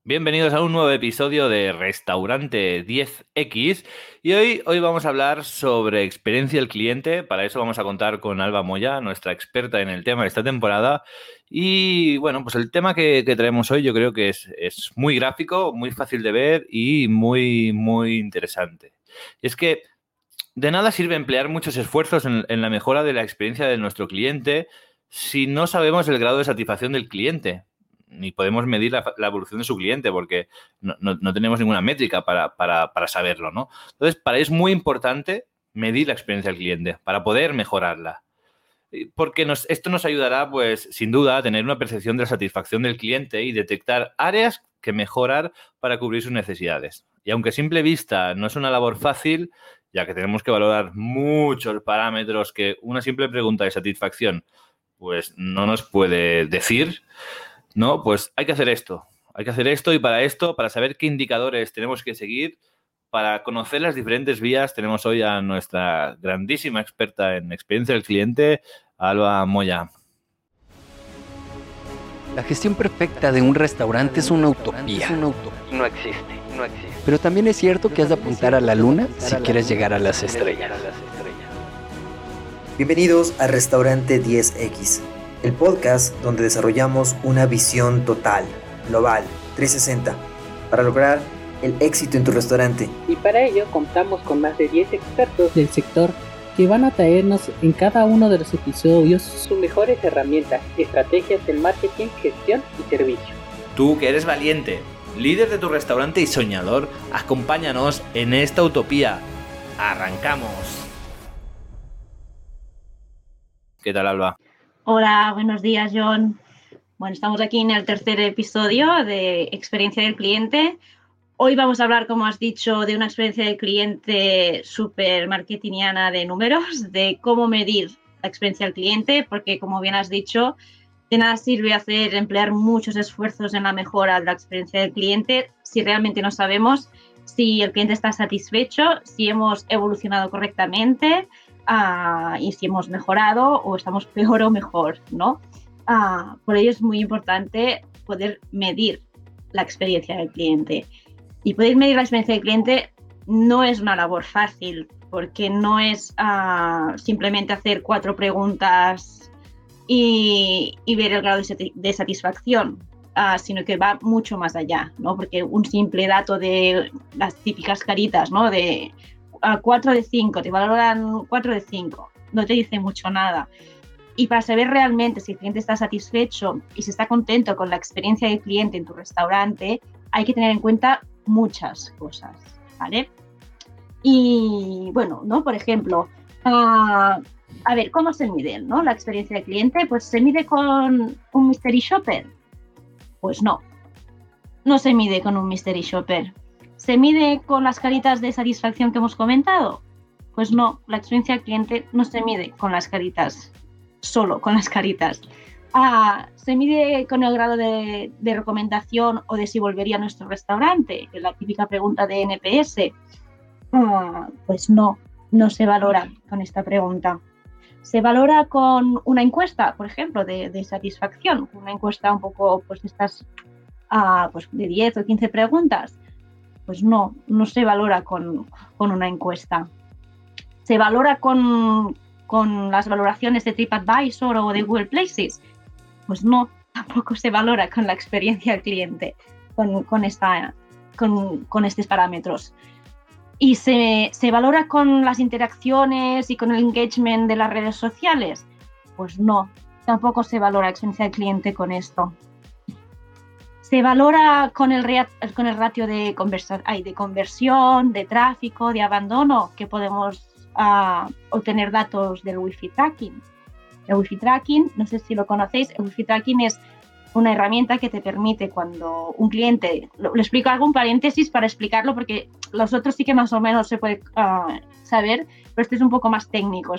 Bienvenidos a un nuevo episodio de Restaurante 10X y hoy vamos a hablar sobre experiencia del cliente. Para eso vamos a contar con Alba Moya, nuestra experta en el tema de esta temporada. Y bueno, pues el tema que traemos hoy yo creo que es muy gráfico, muy fácil de ver y muy interesante. Y es que de nada sirve emplear muchos esfuerzos en la mejora de la experiencia de nuestro cliente si no sabemos el grado de satisfacción del cliente, ni podemos medir la evolución de su cliente, porque no tenemos ninguna métrica para saberlo, ¿no? Entonces, para ello es muy importante medir la experiencia del cliente para poder mejorarla. Porque esto nos ayudará, pues, sin duda, a tener una percepción de la satisfacción del cliente y detectar áreas que mejorar para cubrir sus necesidades. Y aunque a simple vista no es una labor fácil, ya que tenemos que valorar muchos parámetros que una simple pregunta de satisfacción pues no nos puede decir, ¿no? Pues hay que hacer esto. Hay que hacer esto y para esto, para saber qué indicadores tenemos que seguir, para conocer las diferentes vías, tenemos hoy a nuestra grandísima experta en experiencia del cliente, Alba Moya. La gestión perfecta de un restaurante es una utopía. No existe. Pero también es cierto que has de apuntar a la luna si quieres llegar a las estrellas. Bienvenidos a Restaurante 10X, el podcast donde desarrollamos una visión total, global, 360, para lograr el éxito en tu restaurante. Y para ello contamos con más de 10 expertos del sector que van a traernos en cada uno de los episodios sus mejores herramientas, estrategias del marketing, gestión y servicio. Tú que eres valiente, líder de tu restaurante y soñador, acompáñanos en esta utopía. ¡Arrancamos! ¿Qué tal, Alba? Hola, buenos días, John. Bueno, estamos aquí en el tercer episodio de Experiencia del Cliente. Hoy vamos a hablar, como has dicho, de una experiencia del cliente súper marketingiana de números, de cómo medir la experiencia del cliente, porque, como bien has dicho, de nada sirve emplear muchos esfuerzos en la mejora de la experiencia del cliente si realmente no sabemos si el cliente está satisfecho, si hemos evolucionado correctamente y si hemos mejorado o estamos peor o mejor, ¿no? Por ello es muy importante poder medir la experiencia del cliente. Y poder medir la experiencia del cliente no es una labor fácil, porque no es simplemente hacer 4 preguntas y ver el grado de satisfacción, sino que va mucho más allá, ¿no? Porque un simple dato de las típicas caritas, ¿no? De 4 de 5, te valoran 4 de 5, no te dice mucho nada. Y para saber realmente si el cliente está satisfecho y si está contento con la experiencia del cliente en tu restaurante, hay que tener en cuenta muchas cosas, ¿vale? Y bueno, ¿no? Por ejemplo, a ver, ¿cómo se mide, ¿no? La experiencia del cliente, pues se mide con un mystery shopper. Pues no se mide con un mystery shopper. ¿Se mide con las caritas de satisfacción que hemos comentado? Pues no, la experiencia del cliente no se mide con las caritas, solo con las caritas. ¿Se mide con el grado de recomendación o de si volvería a nuestro restaurante? La típica pregunta de NPS. Pues no se valora con esta pregunta. ¿Se valora con una encuesta, por ejemplo, de satisfacción? Una encuesta un poco, pues estas pues de 10 o 15 preguntas. Pues no se valora con una encuesta. ¿Se valora con las valoraciones de TripAdvisor o de Google Places? Pues no, tampoco se valora con la experiencia del cliente, con estos parámetros. ¿Y se valora con las interacciones y con el engagement de las redes sociales? Pues no, tampoco se valora la experiencia del cliente con esto. ¿Se valora con el ratio de conversión, de tráfico, de abandono, que podemos obtener datos del Wi-Fi tracking? El Wi-Fi tracking, no sé si lo conocéis, el Wi-Fi tracking es una herramienta que te permite cuando un cliente, lo explico algo, un paréntesis para explicarlo, porque los otros sí que más o menos se puede saber, pero este es un poco más técnico,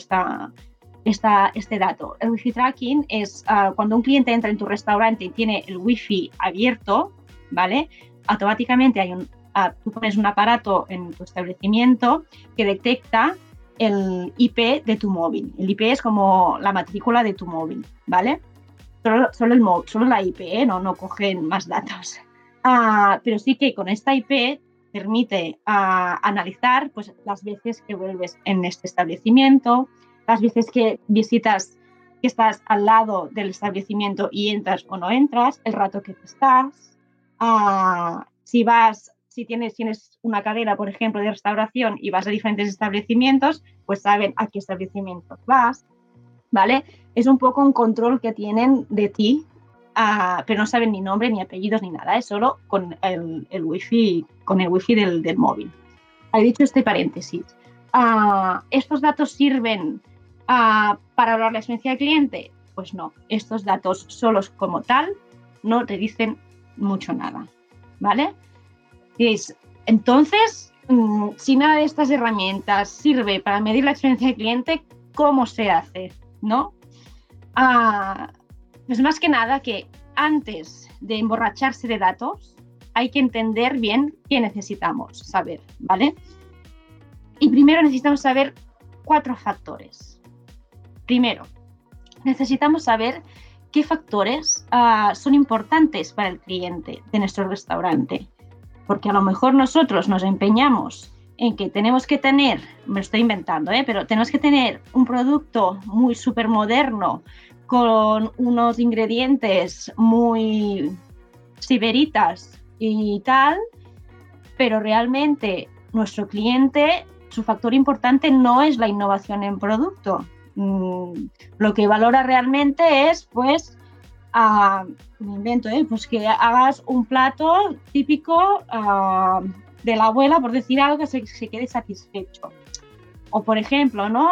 este dato. El Wi-Fi tracking es cuando un cliente entra en tu restaurante y tiene el Wi-Fi abierto, ¿vale? Automáticamente tú pones un aparato en tu establecimiento que detecta el IP de tu móvil. El IP es como la matrícula de tu móvil, ¿vale? Solo la IP, no cogen más datos. Pero sí que con esta IP permite analizar pues, las veces que vuelves en este establecimiento, las veces que visitas, que estás al lado del establecimiento y entras o no entras, el rato que estás, si tienes una cadena, por ejemplo, de restauración y vas a diferentes establecimientos, pues saben a qué establecimientos vas, ¿vale? Es un poco un control que tienen de ti, pero no saben ni nombre, ni apellidos, ni nada, es solo con el wifi, del móvil. He dicho este paréntesis. ¿Estos datos sirven para hablar la experiencia del cliente? Pues no, estos datos solos como tal no te dicen mucho nada, ¿vale? Entonces, si nada de estas herramientas sirve para medir la experiencia del cliente, ¿cómo se hace? ¿No? Pues más que nada que antes de emborracharse de datos hay que entender bien qué necesitamos saber, ¿vale? Y primero necesitamos saber 4 factores. Primero, necesitamos saber qué factores son importantes para el cliente de nuestro restaurante, porque a lo mejor nosotros nos empeñamos en que tenemos que tener, me lo estoy inventando, pero tenemos que tener un producto muy súper moderno con unos ingredientes muy siberitas y tal, pero realmente nuestro cliente, su factor importante no es la innovación en producto. Lo que valora realmente es, pues, me invento, pues que hagas un plato típico de la abuela, por decir algo, que se quede satisfecho. O, por ejemplo, ¿no?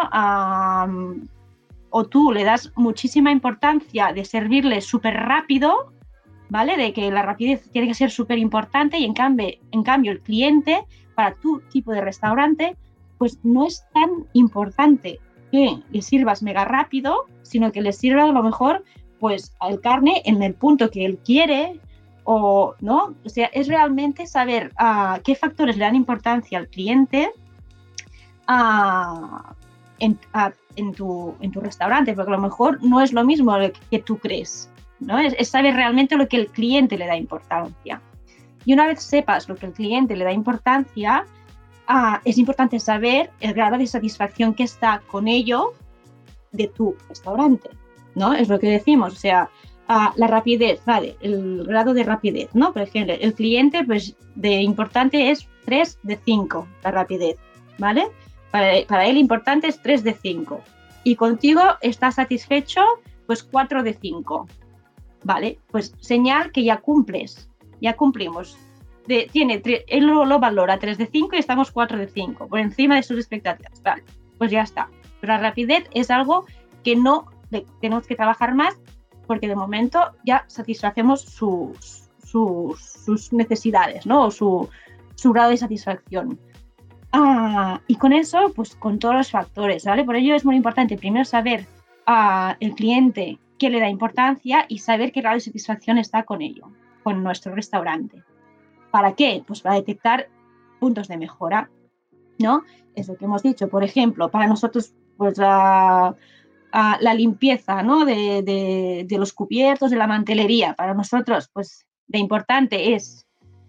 O tú le das muchísima importancia de servirle súper rápido, ¿vale? De que la rapidez tiene que ser súper importante y en cambio el cliente, para tu tipo de restaurante, pues no es tan importante que le sirvas mega rápido, sino que le sirva a lo mejor pues el carne en el punto que él quiere, o no, o sea, es realmente saber qué factores le dan importancia al cliente en tu restaurante, porque a lo mejor no es lo mismo que tú crees, ¿no? Es saber realmente lo que el cliente le da importancia. Y una vez sepas lo que el cliente le da importancia, es importante saber el grado de satisfacción que está con ello de tu restaurante, ¿no? Es lo que decimos, o sea, la rapidez, ¿vale? El grado de rapidez, ¿no? Por ejemplo, el cliente, pues, de importante es 3 de 5, la rapidez, ¿vale? Para él importante es 3 de 5. Y contigo está satisfecho, pues 4 de 5, ¿vale? Pues señal que ya cumplimos. Él lo valora 3 de 5 y estamos 4 de 5, por encima de sus expectativas. Vale, pues ya está. Pero la rapidez es algo que no tenemos que trabajar más, porque de momento ya satisfacemos sus necesidades, ¿no? O su grado de satisfacción. Y con eso, pues con todos los factores, ¿vale? Por ello es muy importante primero saber el cliente qué le da importancia y saber qué grado de satisfacción está con ello, con nuestro restaurante. ¿Para qué? Pues para detectar puntos de mejora, ¿no? Es lo que hemos dicho. Por ejemplo, para nosotros, pues la limpieza, ¿no? de los cubiertos, de la mantelería. Para nosotros, pues de importante es,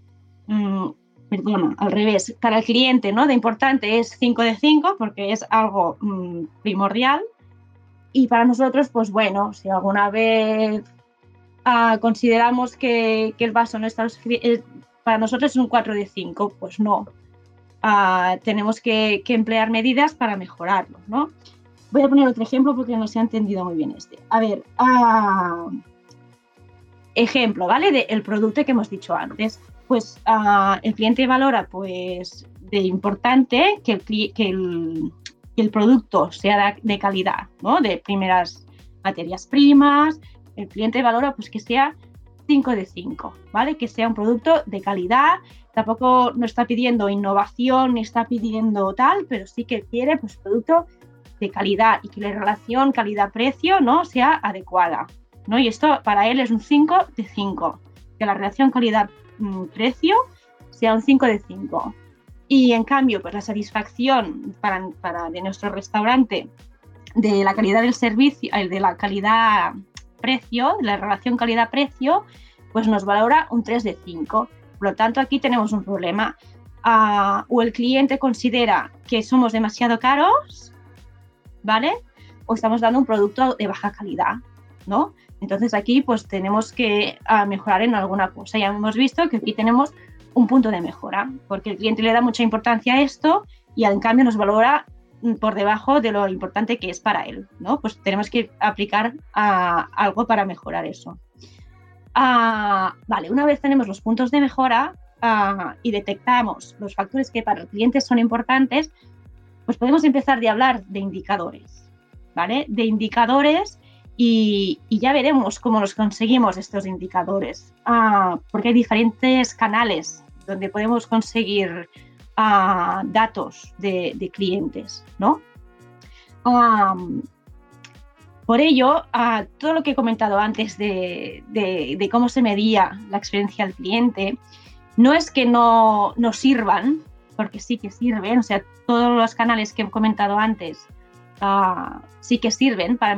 al revés, para el cliente, ¿no? De importante es 5 de 5 porque es algo primordial. Y para nosotros, pues bueno, si alguna vez consideramos que el vaso no está... para nosotros es un 4 de 5, pues no. Tenemos que emplear medidas para mejorarlo, ¿no? Voy a poner otro ejemplo porque no se ha entendido muy bien este. A ver, ejemplo, ¿vale? Del producto que hemos dicho antes. Pues el cliente valora, pues, de importante que el producto sea de calidad, ¿no? De primeras materias primas. El cliente valora, pues, que sea 5 de 5, ¿vale? Que sea un producto de calidad. Tampoco no está pidiendo innovación ni está pidiendo tal, pero sí que quiere, pues, producto de calidad y que la relación calidad-precio, ¿no? sea adecuada, ¿no? Y esto para él es un 5 de 5, que la relación calidad-precio sea un 5 de 5. Y en cambio, pues la satisfacción para de nuestro restaurante de la calidad del servicio, de la calidad-precio, de la relación calidad-precio, pues nos valora un 3 de 5. Por lo tanto, aquí tenemos un problema. O el cliente considera que somos demasiado caros, ¿vale? O estamos dando un producto de baja calidad, ¿no? Entonces aquí pues tenemos que mejorar en alguna cosa. Ya hemos visto que aquí tenemos un punto de mejora, porque el cliente le da mucha importancia a esto y en cambio nos valora por debajo de lo importante que es para él, ¿no? Pues tenemos que aplicar algo para mejorar eso. Vale, una vez tenemos los puntos de mejora y detectamos los factores que para el cliente son importantes, pues podemos empezar a hablar de indicadores, ¿vale? De indicadores y ya veremos cómo los conseguimos estos indicadores, porque hay diferentes canales donde podemos conseguir datos de clientes, ¿no? Por ello, todo lo que he comentado antes de cómo se medía la experiencia del cliente, no es que no sirvan, porque sí que sirven, o sea, todos los canales que he comentado antes sí que sirven para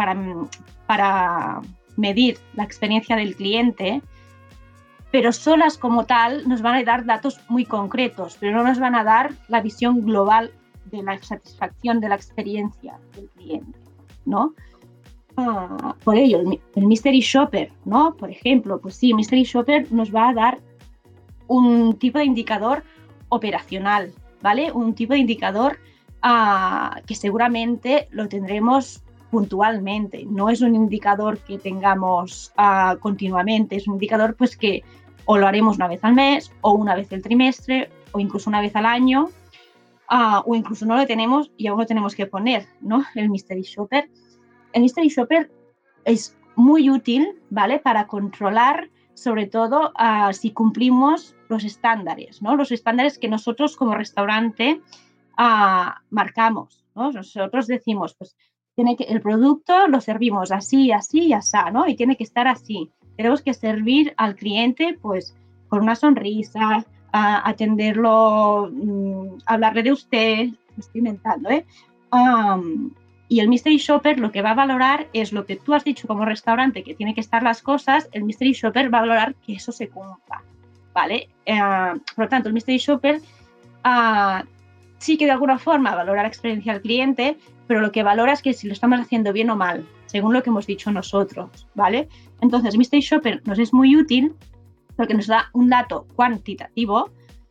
medir la experiencia del cliente, pero solas como tal nos van a dar datos muy concretos, pero no nos van a dar la visión global de la satisfacción de la experiencia del cliente, ¿no? Por ello, el Mystery Shopper, ¿no? Por ejemplo, pues sí, Mystery Shopper nos va a dar un tipo de indicador operacional, ¿vale? Un tipo de indicador que seguramente lo tendremos puntualmente. No es un indicador que tengamos continuamente, es un indicador pues que o lo haremos una vez al mes o una vez al trimestre o incluso una vez al año o incluso no lo tenemos y aún lo tenemos que poner, ¿no? El Mystery Shopper. El Mystery Shopper es muy útil, ¿vale? Para controlar sobre todo si cumplimos los estándares, ¿no? Los estándares que nosotros como restaurante marcamos, ¿no? Nosotros decimos, pues el producto lo servimos así, así y así, ¿no? Y tiene que estar así. Tenemos que servir al cliente, pues, con una sonrisa, atenderlo, hablarle de usted, me estoy inventando, ¿eh? Y el Mystery Shopper lo que va a valorar es lo que tú has dicho como restaurante, que tiene que estar las cosas, el Mystery Shopper va a valorar que eso se cumpla, ¿vale? Por lo tanto, el Mystery Shopper sí que de alguna forma valora la experiencia del cliente, pero lo que valora es que si lo estamos haciendo bien o mal, según lo que hemos dicho nosotros, ¿vale? Entonces, el Mystery Shopper nos es muy útil porque nos da un dato cuantitativo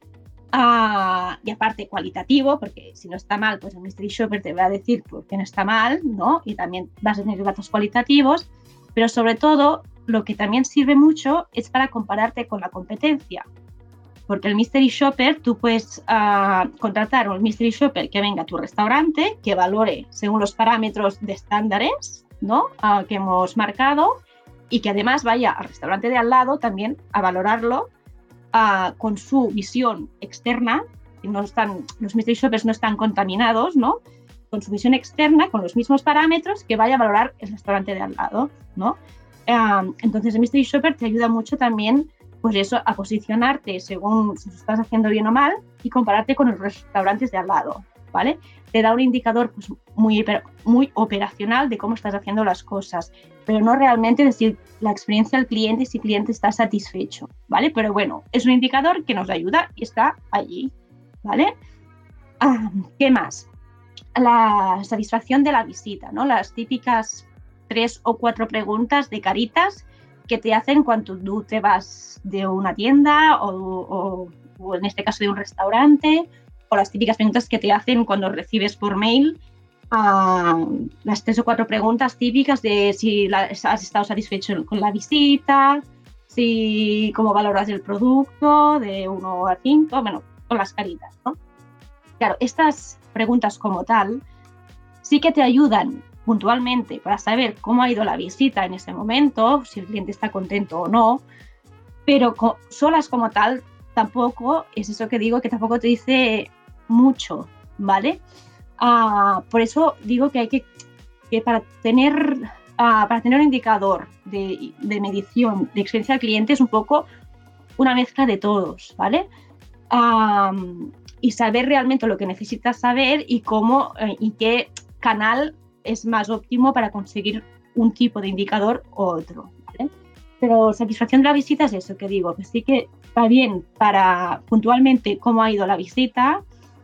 y aparte cualitativo, porque si no está mal, pues el Mystery Shopper te va a decir por qué no está mal, ¿no? Y también vas a tener datos cualitativos, pero sobre todo lo que también sirve mucho es para compararte con la competencia. Porque el Mystery Shopper, tú puedes contratar un Mystery Shopper que venga a tu restaurante, que valore según los parámetros de estándares, ¿no? Que hemos marcado y que además vaya al restaurante de al lado también a valorarlo con su visión externa. Los Mystery Shoppers no están contaminados, ¿no? Con su visión externa, con los mismos parámetros, que vaya a valorar el restaurante de al lado, ¿no? Entonces el Mystery Shopper te ayuda mucho también pues eso, a posicionarte según si lo estás haciendo bien o mal y compararte con los restaurantes de al lado, ¿vale? Te da un indicador pues, muy operacional de cómo estás haciendo las cosas, pero no realmente decir la experiencia del cliente y si el cliente está satisfecho, ¿vale? Pero bueno, es un indicador que nos ayuda y está allí, ¿vale? ¿Qué más? La satisfacción de la visita, ¿no? Las típicas 3 o 4 preguntas de caritas que te hacen cuando tú te vas de una tienda o en este caso de un restaurante, o las típicas preguntas que te hacen cuando recibes por mail las 3 o 4 preguntas típicas de si has estado satisfecho con la visita, si cómo valoras el producto de 1 a 5, bueno, con las caritas, ¿no? Claro, estas preguntas como tal sí que te ayudan puntualmente para saber cómo ha ido la visita en ese momento, si el cliente está contento o no, pero solas como tal tampoco, es eso que digo, que tampoco te dice mucho, ¿vale? Por eso digo que hay que para tener un indicador de medición de experiencia del cliente es un poco una mezcla de todos, ¿vale? Y saber realmente lo que necesitas saber y cómo y qué canal es más óptimo para conseguir un tipo de indicador u otro, ¿vale? Pero satisfacción de la visita es eso que digo, que sí que va bien para puntualmente cómo ha ido la visita,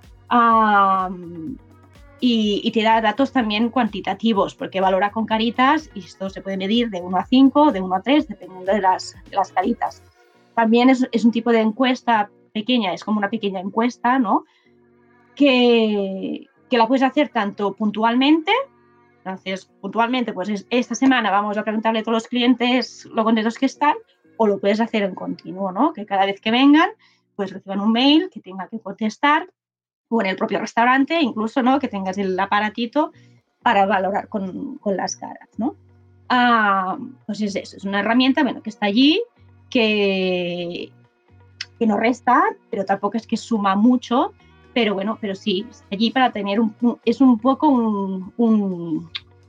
y te da datos también cuantitativos, porque valora con caritas y esto se puede medir de 1 a 5, de 1 a 3, dependiendo de las caritas. También es un tipo de encuesta pequeña, es como una pequeña encuesta, ¿no? Que la puedes hacer tanto puntualmente. Entonces, puntualmente, pues esta semana vamos a preguntarle a todos los clientes lo contentos que están, o lo puedes hacer en continuo, ¿no? Que cada vez que vengan, pues reciban un mail que tenga que contestar, o en el propio restaurante, incluso, ¿no? Que tengas el aparatito para valorar con las caras, ¿no? Pues es eso, es una herramienta, bueno, que está allí, que no resta, pero tampoco es que suma mucho, pero bueno, pero sí, allí para tener es un poco un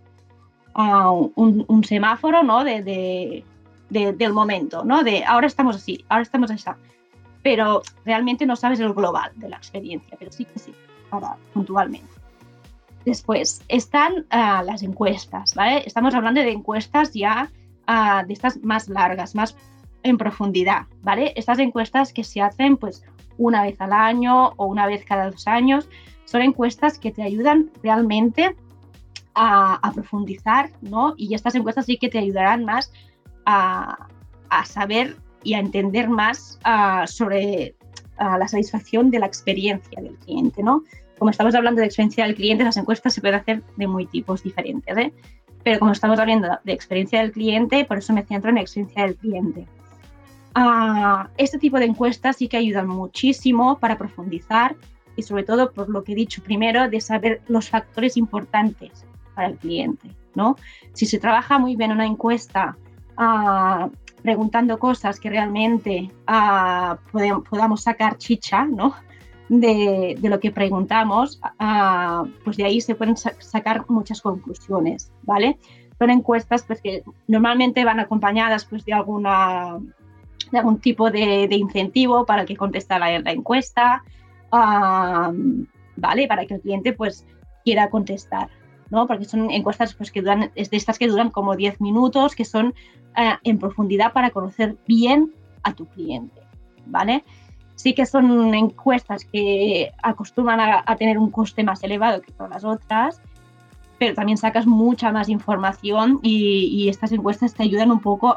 semáforo, ¿no? Del momento, ¿no? De ahora estamos así, ahora estamos así, pero realmente no sabes el global de la experiencia, pero sí que sí, para puntualmente. Después están las encuestas, ¿vale? Estamos hablando de encuestas ya de estas más largas, más en profundidad, ¿vale? Estas encuestas que se hacen pues una vez al año o una vez cada 2 años, son encuestas que te ayudan realmente a profundizar, ¿no? Y estas encuestas sí que te ayudarán más a saber y a entender más sobre la satisfacción de la experiencia del cliente, ¿no? Como estamos hablando de experiencia del cliente, las encuestas se pueden hacer de muy tipos diferentes, ¿eh? Pero como estamos hablando de experiencia del cliente, por eso me centro en experiencia del cliente. Este tipo de encuestas sí que ayudan muchísimo para profundizar y sobre todo por lo que he dicho primero, de saber los factores importantes para el cliente, ¿no? Si se trabaja muy bien una encuesta preguntando cosas que realmente podamos sacar chicha, ¿no? De lo que preguntamos, pues de ahí se pueden sacar muchas conclusiones, ¿vale? Son encuestas pues, que normalmente van acompañadas pues, de algún tipo de incentivo para el que contesta la encuesta, ¿vale? Para que el cliente pues, quiera contestar, ¿no? Porque son encuestas pues, que duran, es de estas que duran como 10 minutos, que son en profundidad para conocer bien a tu cliente, ¿vale? Sí que son encuestas que acostumbran a tener un coste más elevado que todas las otras, pero también sacas mucha más información y estas encuestas te ayudan un poco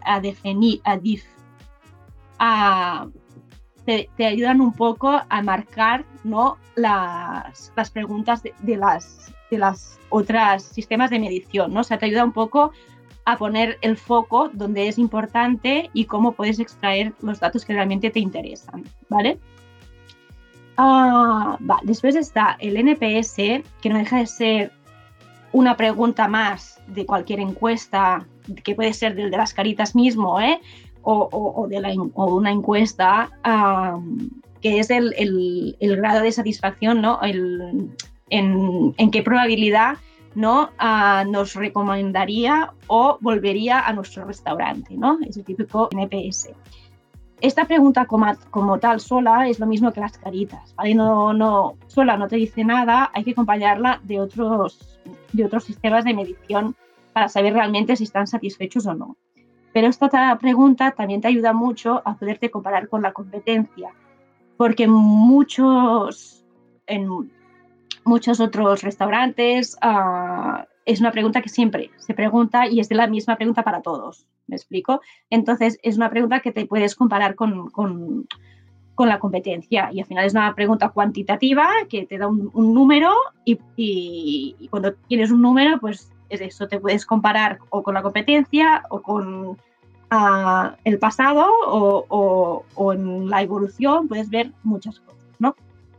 te ayudan un poco a marcar, ¿no? las preguntas de las otras sistemas de medición, ¿no? O sea, te ayuda un poco a poner el foco donde es importante y cómo puedes extraer los datos que realmente te interesan, ¿vale? Después está el NPS, que no deja de ser una pregunta más de cualquier encuesta, que puede ser del de las caritas mismo, o una encuesta, que es el grado de satisfacción, ¿no? En qué probabilidad, ¿no? Nos recomendaría o volvería a nuestro restaurante, ¿no? Es el típico NPS. Esta pregunta como tal sola es lo mismo que las caritas, ¿vale? No, sola no te dice nada, hay que acompañarla de otros sistemas de medición para saber realmente si están satisfechos o no. Pero esta pregunta también te ayuda mucho a poderte comparar con la competencia, porque en muchos otros restaurantes es una pregunta que siempre se pregunta y es de la misma pregunta para todos, ¿me explico? Entonces es una pregunta que te puedes comparar con la competencia y al final es una pregunta cuantitativa que te da un número y cuando tienes un número pues es eso, te puedes comparar o con la competencia o con el pasado o en la evolución, puedes ver muchas cosas, ¿no?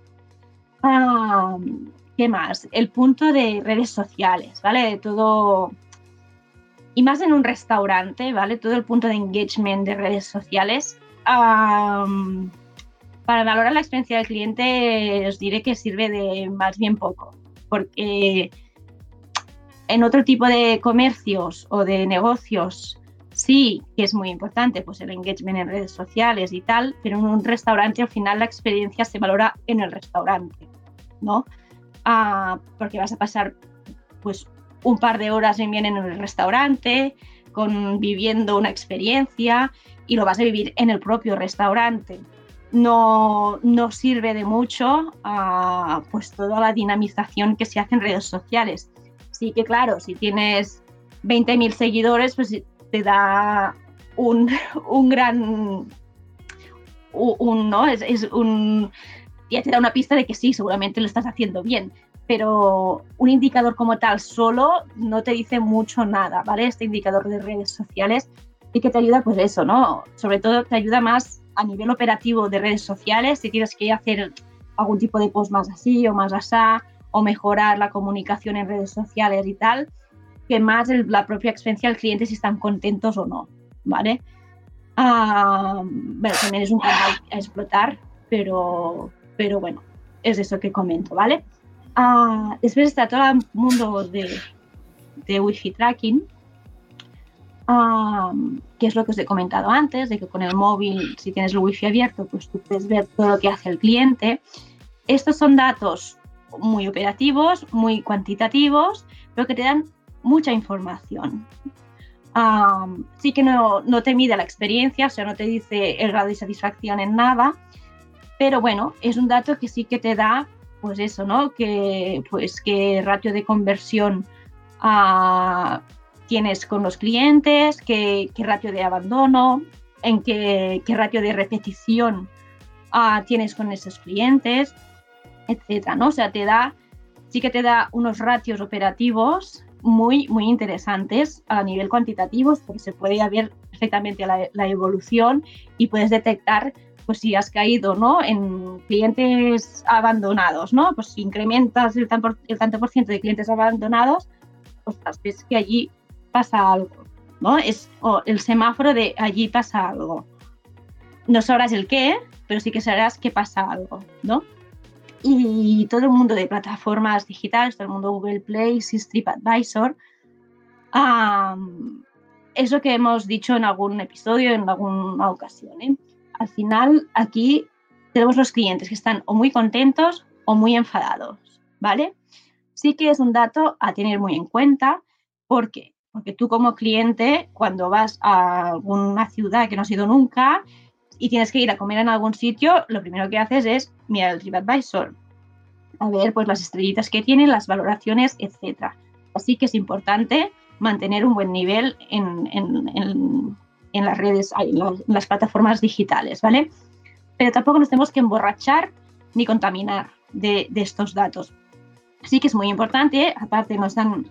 ¿Qué más? El punto de redes sociales, ¿vale? De todo, y más en un restaurante, ¿vale? Todo el punto de engagement de redes sociales. Para valorar la experiencia del cliente os diré que sirve de más bien poco, porque en otro tipo de comercios o de negocios sí que es muy importante pues el engagement en redes sociales y tal, pero en un restaurante al final la experiencia se valora en el restaurante, ¿no? Porque vas a pasar pues un par de horas bien en el restaurante, viviendo una experiencia y lo vas a vivir en el propio restaurante. No sirve de mucho pues toda la dinamización que se hace en redes sociales. Sí que claro, si tienes 20.000 seguidores, pues te da ya te da una pista de que sí, seguramente lo estás haciendo bien, pero un indicador como tal solo no te dice mucho nada, ¿vale? Este indicador de redes sociales sí que te ayuda, pues eso, ¿no? Sobre todo te ayuda más a nivel operativo de redes sociales, si tienes que hacer algún tipo de post más así o más asá, o mejorar la comunicación en redes sociales y tal, que más la propia experiencia del cliente si están contentos o no, ¿vale? Bueno, también es un canal a explotar, pero bueno, es eso que comento, ¿vale? Después está todo el mundo de Wi-Fi tracking, que es lo que os he comentado antes, de que con el móvil, si tienes el Wi-Fi abierto, pues tú puedes ver todo lo que hace el cliente. Estos son datos muy operativos, muy cuantitativos, pero que te dan mucha información. Sí que no te mide la experiencia, o sea, no te dice el grado de satisfacción en nada, pero bueno, es un dato que sí que te da, pues eso, ¿no? Que ratio de conversión tienes con los clientes, qué ratio de abandono, en qué ratio de repetición tienes con esos clientes, etcétera, ¿no? O sea, sí que te da unos ratios operativos muy, muy interesantes a nivel cuantitativo, porque se puede ver perfectamente la evolución y puedes detectar pues si has caído, ¿no?, en clientes abandonados, ¿no? Pues si incrementas el tanto por ciento de clientes abandonados, pues ves que allí pasa algo, ¿no? Es el semáforo de allí pasa algo. No sabrás el qué, pero sí que sabrás que pasa algo, ¿no? Y todo el mundo de plataformas digitales, todo el mundo Google Play, TripAdvisor, es lo que hemos dicho en algún episodio, en alguna ocasión, ¿eh? Al final, aquí tenemos los clientes que están o muy contentos o muy enfadados, ¿vale? Sí que es un dato a tener muy en cuenta. ¿Por qué? Porque tú como cliente, cuando vas a alguna ciudad que no has ido nunca y tienes que ir a comer en algún sitio, lo primero que haces es mirar el TripAdvisor, a ver pues las estrellitas que tienen, las valoraciones, etc. Así que es importante mantener un buen nivel en las redes, en las plataformas digitales, ¿vale? Pero tampoco nos tenemos que emborrachar ni contaminar de estos datos. Sí que es muy importante, aparte nos dan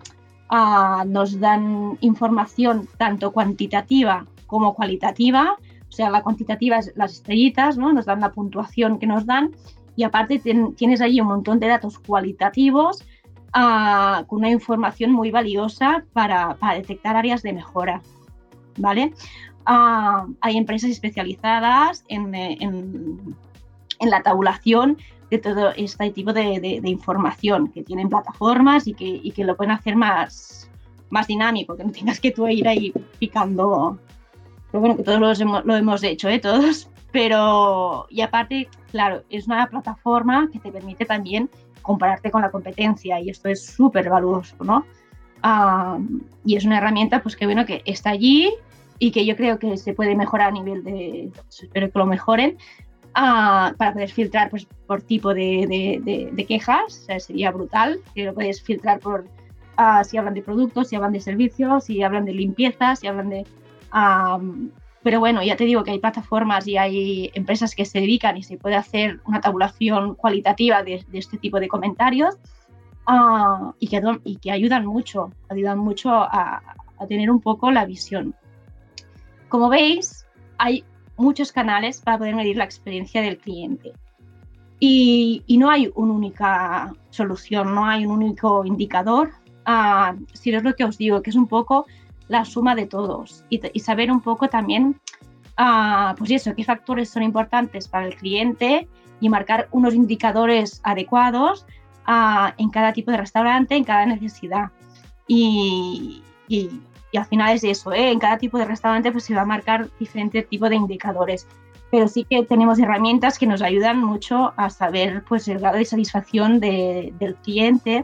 información tanto cuantitativa como cualitativa. O sea, la cuantitativa es las estrellitas, ¿no? Nos dan la puntuación que nos dan, y aparte tienes allí un montón de datos cualitativos con una información muy valiosa para detectar áreas de mejora, ¿vale? Hay empresas especializadas en la tabulación de todo este tipo de información, que tienen plataformas y que lo pueden hacer más dinámico, que no tengas que tú ir ahí picando. Pero bueno, que todos lo hemos hecho, todos. Pero, y aparte, claro, es una plataforma que te permite también compararte con la competencia, y esto es súper valioso, ¿no? Y es una herramienta, pues que bueno, que está allí y que yo creo que se puede mejorar a nivel de, espero que lo mejoren, para poder filtrar pues por tipo de quejas. O sea, sería brutal que lo puedes filtrar por si hablan de productos, si hablan de servicios, si hablan de limpieza, si hablan de... pero bueno, ya te digo que hay plataformas y hay empresas que se dedican y se puede hacer una tabulación cualitativa de este tipo de comentarios, y que ayudan mucho a tener un poco la visión. Como veis, hay muchos canales para poder medir la experiencia del cliente. Y no hay una única solución, no hay un único indicador, sino es lo que os digo, que es un poco la suma de todos y saber un poco también, pues eso, qué factores son importantes para el cliente y marcar unos indicadores adecuados en cada tipo de restaurante, en cada necesidad. Y al final es eso, en cada tipo de restaurante pues se va a marcar diferente tipo de indicadores, pero sí que tenemos herramientas que nos ayudan mucho a saber pues el grado de satisfacción del cliente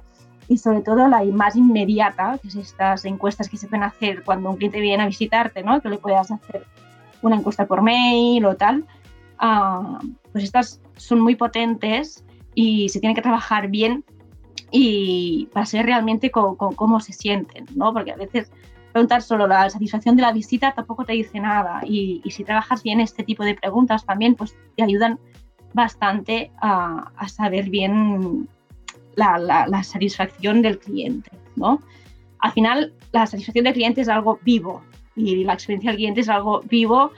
y sobre todo la más inmediata, que es estas encuestas que se pueden hacer cuando un cliente viene a visitarte, ¿no? Que le puedas hacer una encuesta por mail o tal, pues estas son muy potentes y se tiene que trabajar bien y para saber realmente cómo se sienten, ¿no? Porque a veces preguntar solo la satisfacción de la visita tampoco te dice nada y si trabajas bien este tipo de preguntas también pues te ayudan bastante a saber bien la satisfacción del cliente, ¿no? Al final la satisfacción del cliente es algo vivo y la experiencia del cliente es algo vivo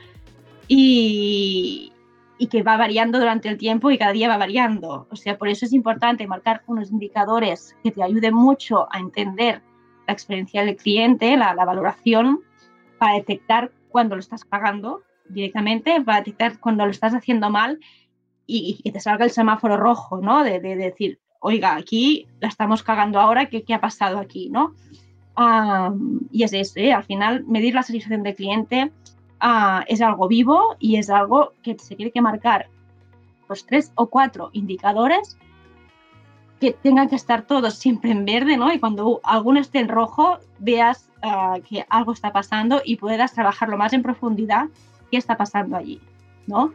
y que va variando durante el tiempo y cada día va variando. O sea, por eso es importante marcar unos indicadores que te ayuden mucho a entender la experiencia del cliente, la valoración, para detectar cuando lo estás pagando directamente, para detectar cuando lo estás haciendo mal y que te salga el semáforo rojo, ¿no? De decir, oiga, aquí la estamos cagando ahora, ¿qué ha pasado aquí, no? Y es eso, al final medir la satisfacción del cliente es algo vivo y es algo que se tiene que marcar pues 3 o 4 indicadores que tengan que estar todos siempre en verde, ¿no? Y cuando alguno esté en rojo veas que algo está pasando y puedas trabajarlo más en profundidad qué está pasando allí, ¿no?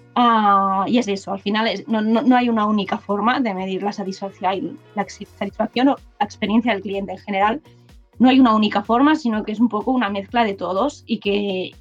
Y es eso, al final no hay una única forma de medir la satisfacción o la experiencia del cliente en general. No hay una única forma, sino que es un poco una mezcla de todos y que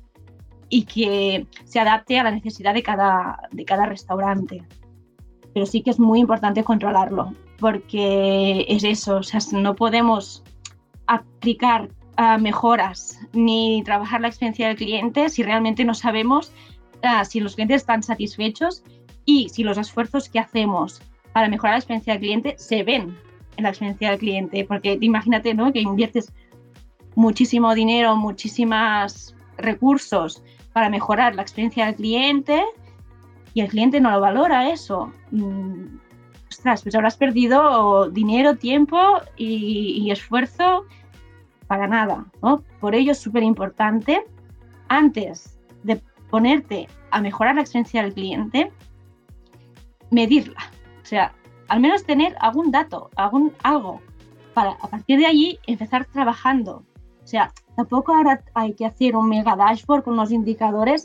se adapte a la necesidad de cada restaurante. Pero sí que es muy importante controlarlo, porque es eso, o sea, no podemos aplicar mejoras ni trabajar la experiencia del cliente si realmente no sabemos si los clientes están satisfechos y si los esfuerzos que hacemos para mejorar la experiencia del cliente se ven en la experiencia del cliente, porque imagínate, ¿no?, que inviertes muchísimo dinero, muchísimos recursos para mejorar la experiencia del cliente y el cliente no lo valora eso. Ostras, pues habrás perdido dinero, tiempo y esfuerzo para nada, ¿no? Por ello es súper importante, antes de ponerte a mejorar la experiencia del cliente, medirla. O sea, al menos tener algún dato, algo, para a partir de allí empezar trabajando. O sea, tampoco ahora hay que hacer un mega dashboard con unos indicadores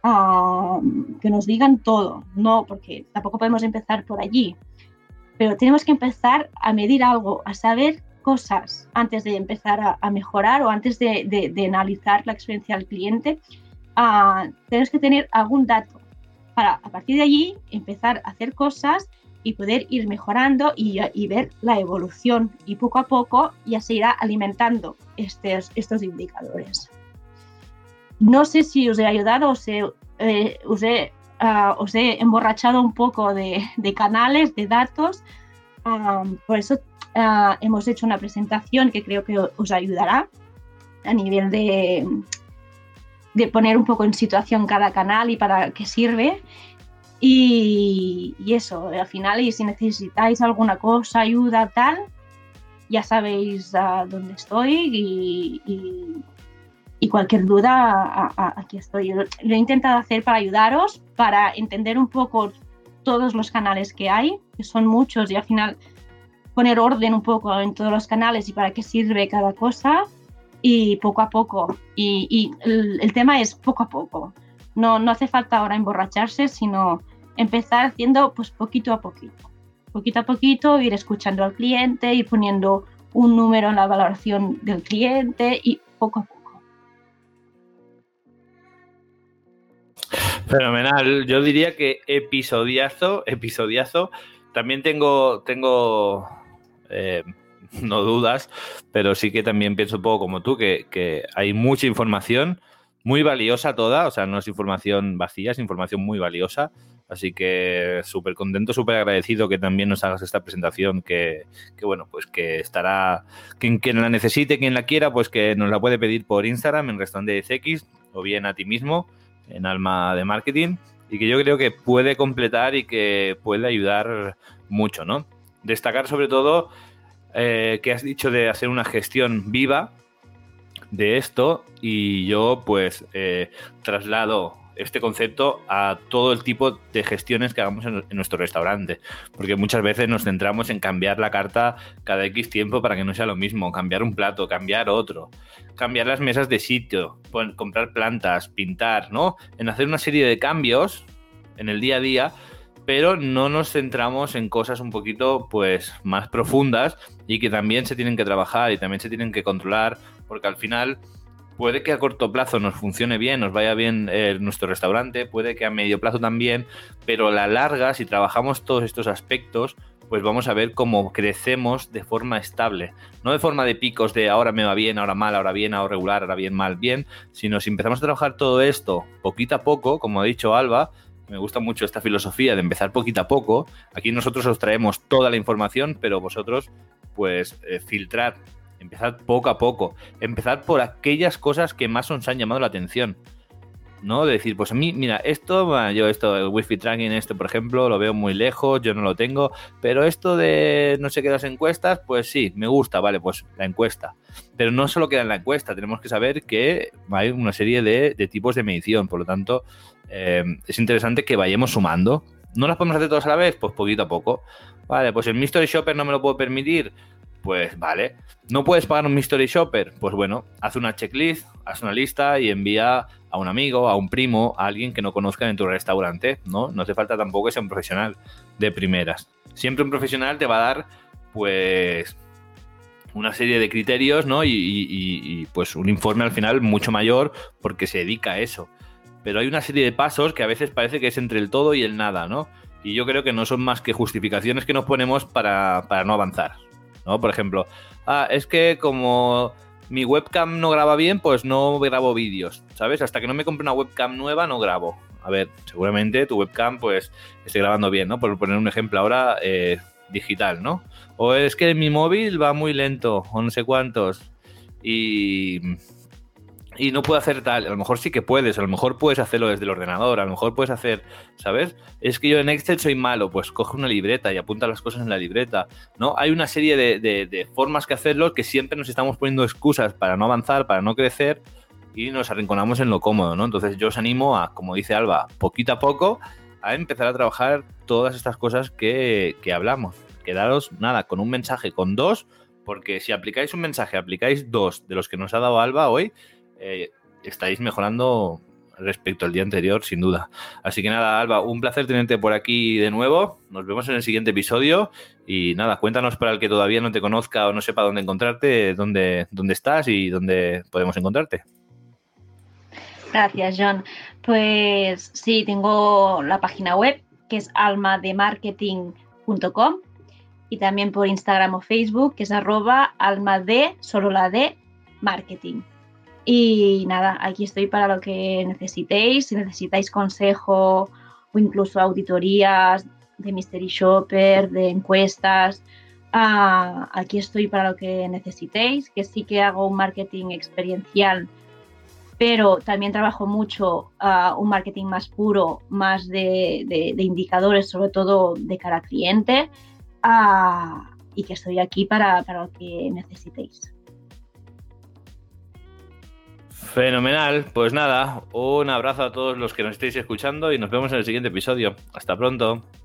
que nos digan todo, no, porque tampoco podemos empezar por allí. Pero tenemos que empezar a medir algo, a saber cosas antes de empezar a mejorar o antes de analizar la experiencia del cliente. Tenemos que tener algún dato para a partir de allí empezar a hacer cosas y poder ir mejorando y ver la evolución y poco a poco ya se irá alimentando estos indicadores. No sé si os he ayudado, os he emborrachado un poco de canales, de datos, por eso hemos hecho una presentación que creo que os ayudará a nivel de poner un poco en situación cada canal y para qué sirve. Y eso, al final, y si necesitáis alguna cosa, ayuda, tal, ya sabéis dónde estoy y cualquier duda, aquí estoy. Lo he intentado hacer para ayudaros, para entender un poco todos los canales que hay, que son muchos, y al final poner orden un poco en todos los canales y para qué sirve cada cosa, y poco a poco. Y el tema es poco a poco. No hace falta ahora emborracharse, sino empezar haciendo pues poquito a poquito, ir escuchando al cliente, ir poniendo un número en la valoración del cliente y poco a poco. Fenomenal. Yo diría que episodiazo. También tengo no dudas, pero sí que también pienso un poco como tú, que hay mucha información muy valiosa toda, o sea, no es información vacía, es información muy valiosa. Así que súper contento, súper agradecido que también nos hagas esta presentación, que bueno, pues que estará, quien la necesite, quien la quiera, pues que nos la puede pedir por Instagram en Restaurante 10X o bien a ti mismo en Alma de Marketing, y que yo creo que puede completar y que puede ayudar mucho, ¿no? Destacar sobre todo que has dicho de hacer una gestión viva de esto, y yo pues traslado este concepto a todo el tipo de gestiones que hagamos en nuestro restaurante, porque muchas veces nos centramos en cambiar la carta cada X tiempo para que no sea lo mismo, cambiar un plato, cambiar otro, cambiar las mesas de sitio, comprar plantas, pintar, ¿no? En hacer una serie de cambios en el día a día, pero no nos centramos en cosas un poquito pues más profundas y que también se tienen que trabajar y también se tienen que controlar, porque al final puede que a corto plazo nos funcione bien, nos vaya bien nuestro restaurante, puede que a medio plazo también, pero a la larga, si trabajamos todos estos aspectos, pues vamos a ver cómo crecemos de forma estable, no de forma de picos de ahora me va bien, ahora mal, ahora bien, ahora regular, ahora bien, mal, bien, sino si empezamos a trabajar todo esto poquito a poco, como ha dicho Alba. Me gusta mucho esta filosofía de empezar poquito a poco. Aquí nosotros os traemos toda la información, pero vosotros, pues, filtrad. Empezad poco a poco. Empezad por aquellas cosas que más os han llamado la atención, ¿no? De decir, pues a mí, mira, el wifi tracking, por ejemplo, lo veo muy lejos, yo no lo tengo, pero esto de no sé qué, las encuestas, pues sí, me gusta, vale, pues la encuesta. Pero no solo queda en la encuesta, tenemos que saber que hay una serie de tipos de medición, por lo tanto, es interesante que vayamos sumando. ¿No las podemos hacer todas a la vez? Pues poquito a poco. Vale, pues el Mystery Shopper no me lo puedo permitir. Pues vale. ¿No puedes pagar un Mystery Shopper? Pues bueno, haz una checklist, haz una lista y envía a un amigo, a un primo, a alguien que no conozca en tu restaurante, ¿no? No hace falta tampoco que sea un profesional de primeras. Siempre un profesional te va a dar, pues, una serie de criterios, ¿no? Y pues un informe al final mucho mayor porque se dedica a eso. Pero hay una serie de pasos que a veces parece que es entre el todo y el nada, ¿no? Y yo creo que no son más que justificaciones que nos ponemos para no avanzar, ¿no? Por ejemplo, es que como mi webcam no graba bien, pues no grabo vídeos, ¿sabes? Hasta que no me compre una webcam nueva, no grabo. A ver, seguramente tu webcam, pues, esté grabando bien, ¿no? Por poner un ejemplo ahora digital, ¿no? O es que mi móvil va muy lento, o no sé cuántos, y no puedo hacer tal. A lo mejor sí que puedes, a lo mejor puedes hacerlo desde el ordenador, a lo mejor puedes hacer, ¿sabes? Es que yo en Excel soy malo, pues coge una libreta y apunta las cosas en la libreta, ¿no? Hay una serie de formas que hacerlo, que siempre nos estamos poniendo excusas para no avanzar, para no crecer, y nos arrinconamos en lo cómodo, ¿no? Entonces yo os animo a, como dice Alba, poquito a poco, a empezar a trabajar todas estas cosas que hablamos. Quedaros, nada, con un mensaje, con dos, porque si aplicáis un mensaje, aplicáis dos de los que nos ha dado Alba hoy, estáis mejorando respecto al día anterior, sin duda. Así que nada, Alba, un placer tenerte por aquí de nuevo. Nos vemos en el siguiente episodio. Y nada, cuéntanos para el que todavía no te conozca o no sepa dónde encontrarte, dónde estás y dónde podemos encontrarte. Gracias, John. Pues sí, tengo la página web, que es almademarketing.com, y también por Instagram o Facebook, que es @almade, solo la de marketing. Y nada, aquí estoy para lo que necesitéis. Si necesitáis consejo o incluso auditorías de Mystery Shopper, de encuestas, aquí estoy para lo que necesitéis. Que sí que hago un marketing experiencial, pero también trabajo mucho un marketing más puro, más de indicadores, sobre todo de cara al cliente, y que estoy aquí para lo que necesitéis. Fenomenal, pues nada, un abrazo a todos los que nos estéis escuchando y nos vemos en el siguiente episodio. Hasta pronto.